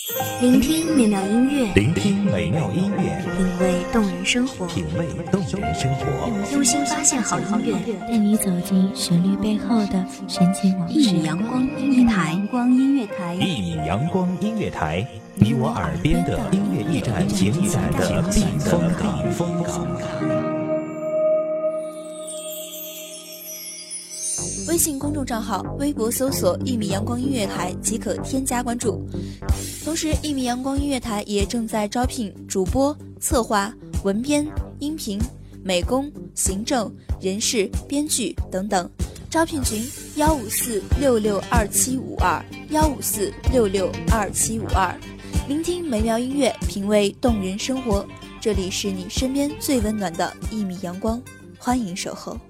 聆听美妙音乐， 聆听美妙音乐， 品味动人生活， 品味动人生活， 用心发现好音乐， 带你走进旋律背后的神奇往事。 一米阳光音乐台， 一米阳光音乐台，你我耳边的音乐驿站，情感的避风港。 微信公众账号、微博搜索“一米阳光音乐台”即可添加关注。同时，一米阳光音乐台也正在招聘主播、策划、文编、音频、美工、行政、人事、编剧等等。招聘群154662752，154662752。聆听美妙音乐，品味动人生活。这里是你身边最温暖的一米阳光，欢迎守候。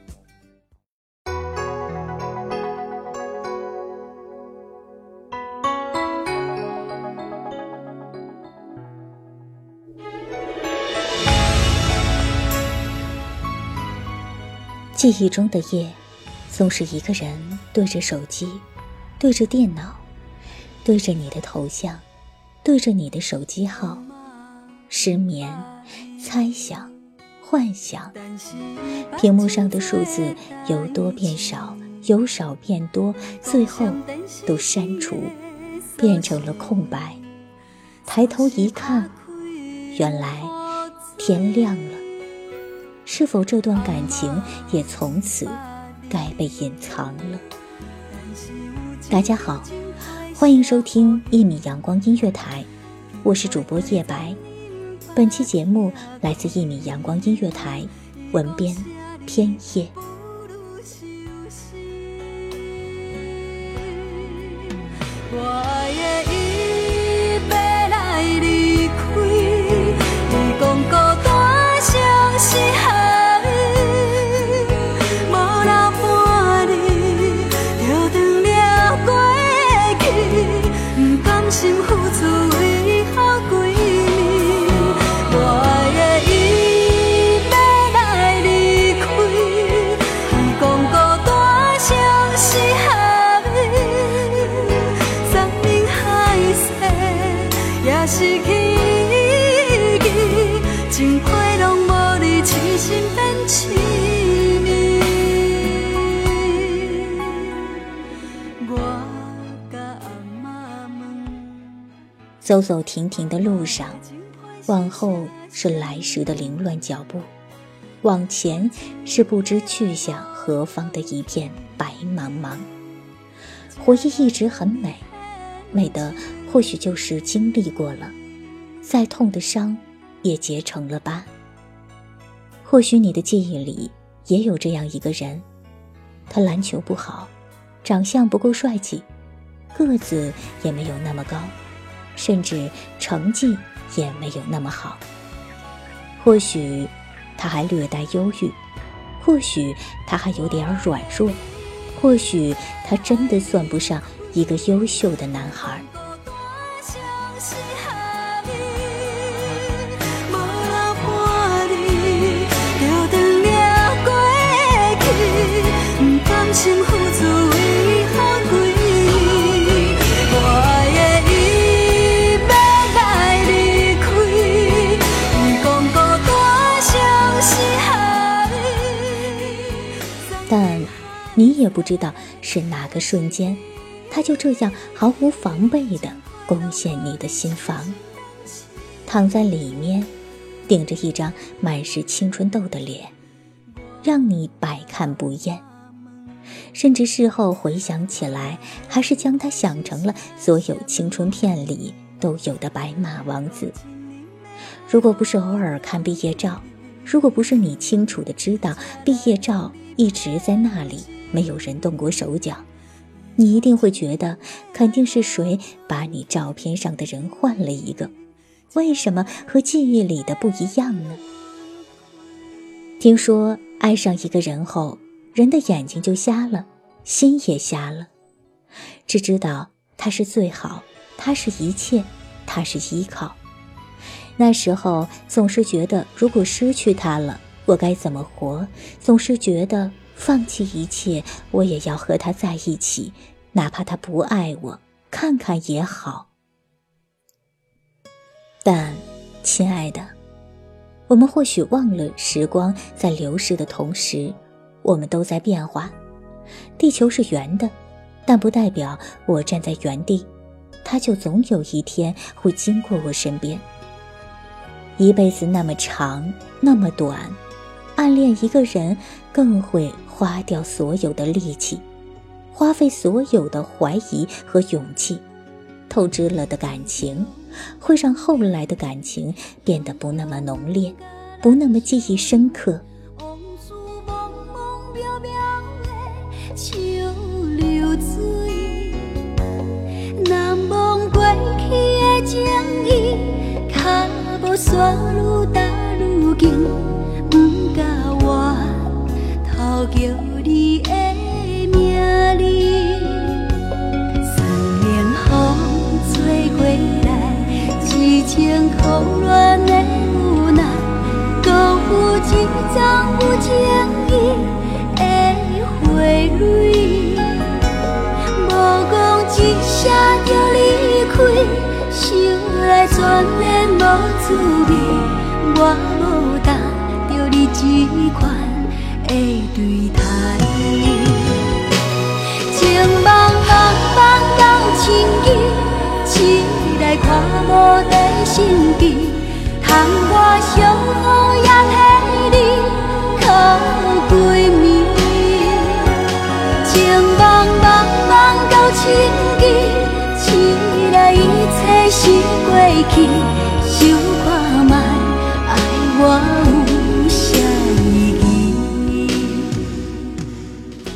记忆中的夜，总是一个人对着手机，对着电脑，对着你的头像，对着你的手机号，失眠，猜想，幻想。屏幕上的数字由多变少，由少变多，最后都删除，变成了空白。抬头一看，原来天亮了。是否这段感情也从此该被隐藏了？大家好，欢迎收听一米阳光音乐台，我是主播叶白。本期节目来自一米阳光音乐台，文编偏叶。走走停停的路上，往后是来时的凌乱脚步，往前是不知去向何方的一片白茫茫。回忆一直很美，美的或许就是经历过了，再痛的伤也结成了疤。或许你的记忆里也有这样一个人，他篮球不好，长相不够帅气，个子也没有那么高，甚至成绩也没有那么好。或许他还略带忧郁，或许他还有点软弱，或许他真的算不上一个优秀的男孩。但你也不知道是哪个瞬间，他就这样毫无防备地攻陷你的心房，躺在里面，顶着一张满是青春痘的脸，让你百看不厌。甚至事后回想起来，还是将他想成了所有青春片里都有的白马王子。如果不是偶尔看毕业照，如果不是你清楚地知道毕业照一直在那里，没有人动过手脚，你一定会觉得肯定是谁把你照片上的人换了一个，为什么和记忆里的不一样呢？听说爱上一个人后，人的眼睛就瞎了，心也瞎了，只知道他是最好，他是一切，他是依靠。那时候总是觉得，如果失去他了，我该怎么活？总是觉得放弃一切，我也要和他在一起，哪怕他不爱我，看看也好。 但，亲爱的，我们或许忘了时光在流逝的同时，我们都在变化。地球是圆的，但不代表我站在原地，它就总有一天会经过我身边。一辈子那么长，那么短，暗恋一个人更会花掉所有的力气，花费所有的怀疑和勇气。透支了的感情会让后来的感情变得不那么浓烈，不那么记忆深刻。 情苦恋的无奈，搁有一桩有情意的花蕊，无讲一声就离开，想来全然无滋味。我无答着你这款的对待，情茫茫茫到深更，来看无地心机，通我相好也替你靠闺蜜。情茫茫茫到深更，醒来一切是过去，想看卖爱我有啥意义？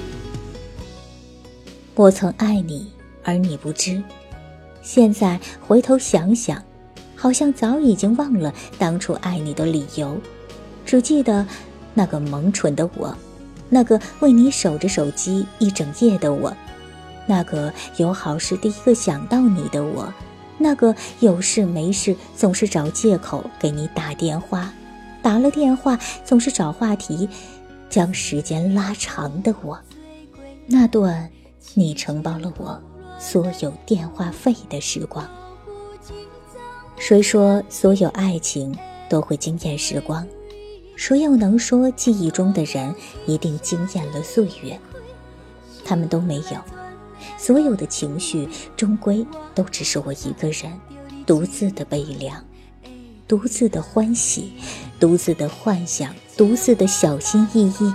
我曾爱你，而你不知。现在回头想想，好像早已经忘了当初爱你的理由，只记得那个萌蠢的我，那个为你守着手机一整夜的我，那个有好事第一个想到你的我，那个有事没事总是找借口给你打电话，打了电话总是找话题将时间拉长的我，那段你承包了我所有电话费的时光。谁说所有爱情都会惊艳时光？谁又能说记忆中的人一定惊艳了岁月？他们都没有。所有的情绪终归都只是我一个人独自的悲凉，独自的欢喜，独自的幻想，独自的小心翼翼。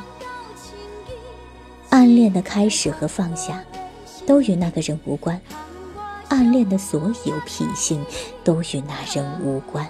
暗恋的开始和放下都与那个人无关，暗恋的所有脾性都与那人无关。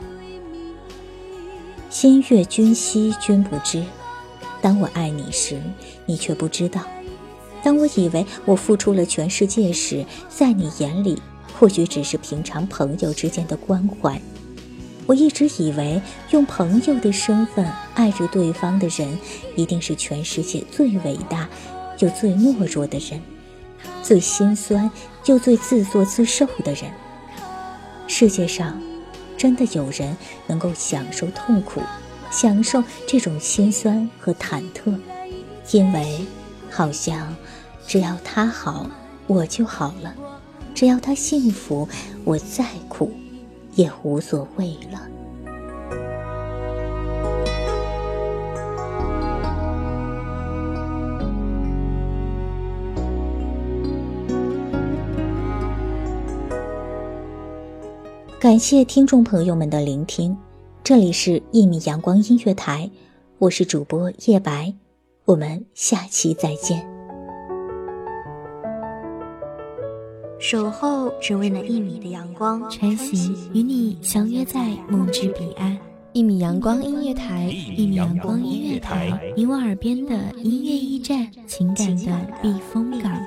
心悦君兮君不知，当我爱你时你却不知道，当我以为我付出了全世界时，在你眼里或许只是平常朋友之间的关怀。我一直以为用朋友的身份爱着对方的人一定是全世界最伟大又最懦弱的人，最心酸又最自作自受的人。世界上真的有人能够享受痛苦，享受这种心酸和忐忑，因为好像只要他好我就好了，只要他幸福我再苦也无所谓了。感谢听众朋友们的聆听，这里是1米阳光音乐台，我是主播叶白，我们下期再见。 守候只为那1米的阳光， 穿行与你相约在梦之彼岸。 1米阳光音乐台 1米阳光音乐台，你我耳边的音乐驿站，情感的避风港。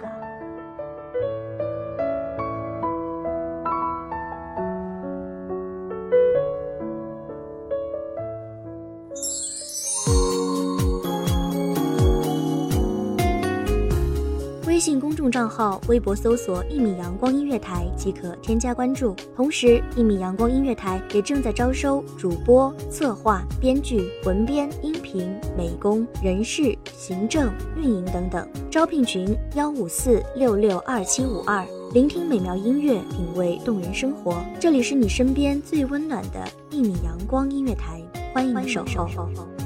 微信公众账号、微博搜索1米阳光音乐台即可添加关注。同时，1米阳光音乐台也正在招收主播、策划、编剧、文编、音频、美工、人事、行政、运营等等。招聘群：154662752。 聆听美妙音乐，品味动人生活。这里是你身边最温暖的1米阳光音乐台，欢迎你守候。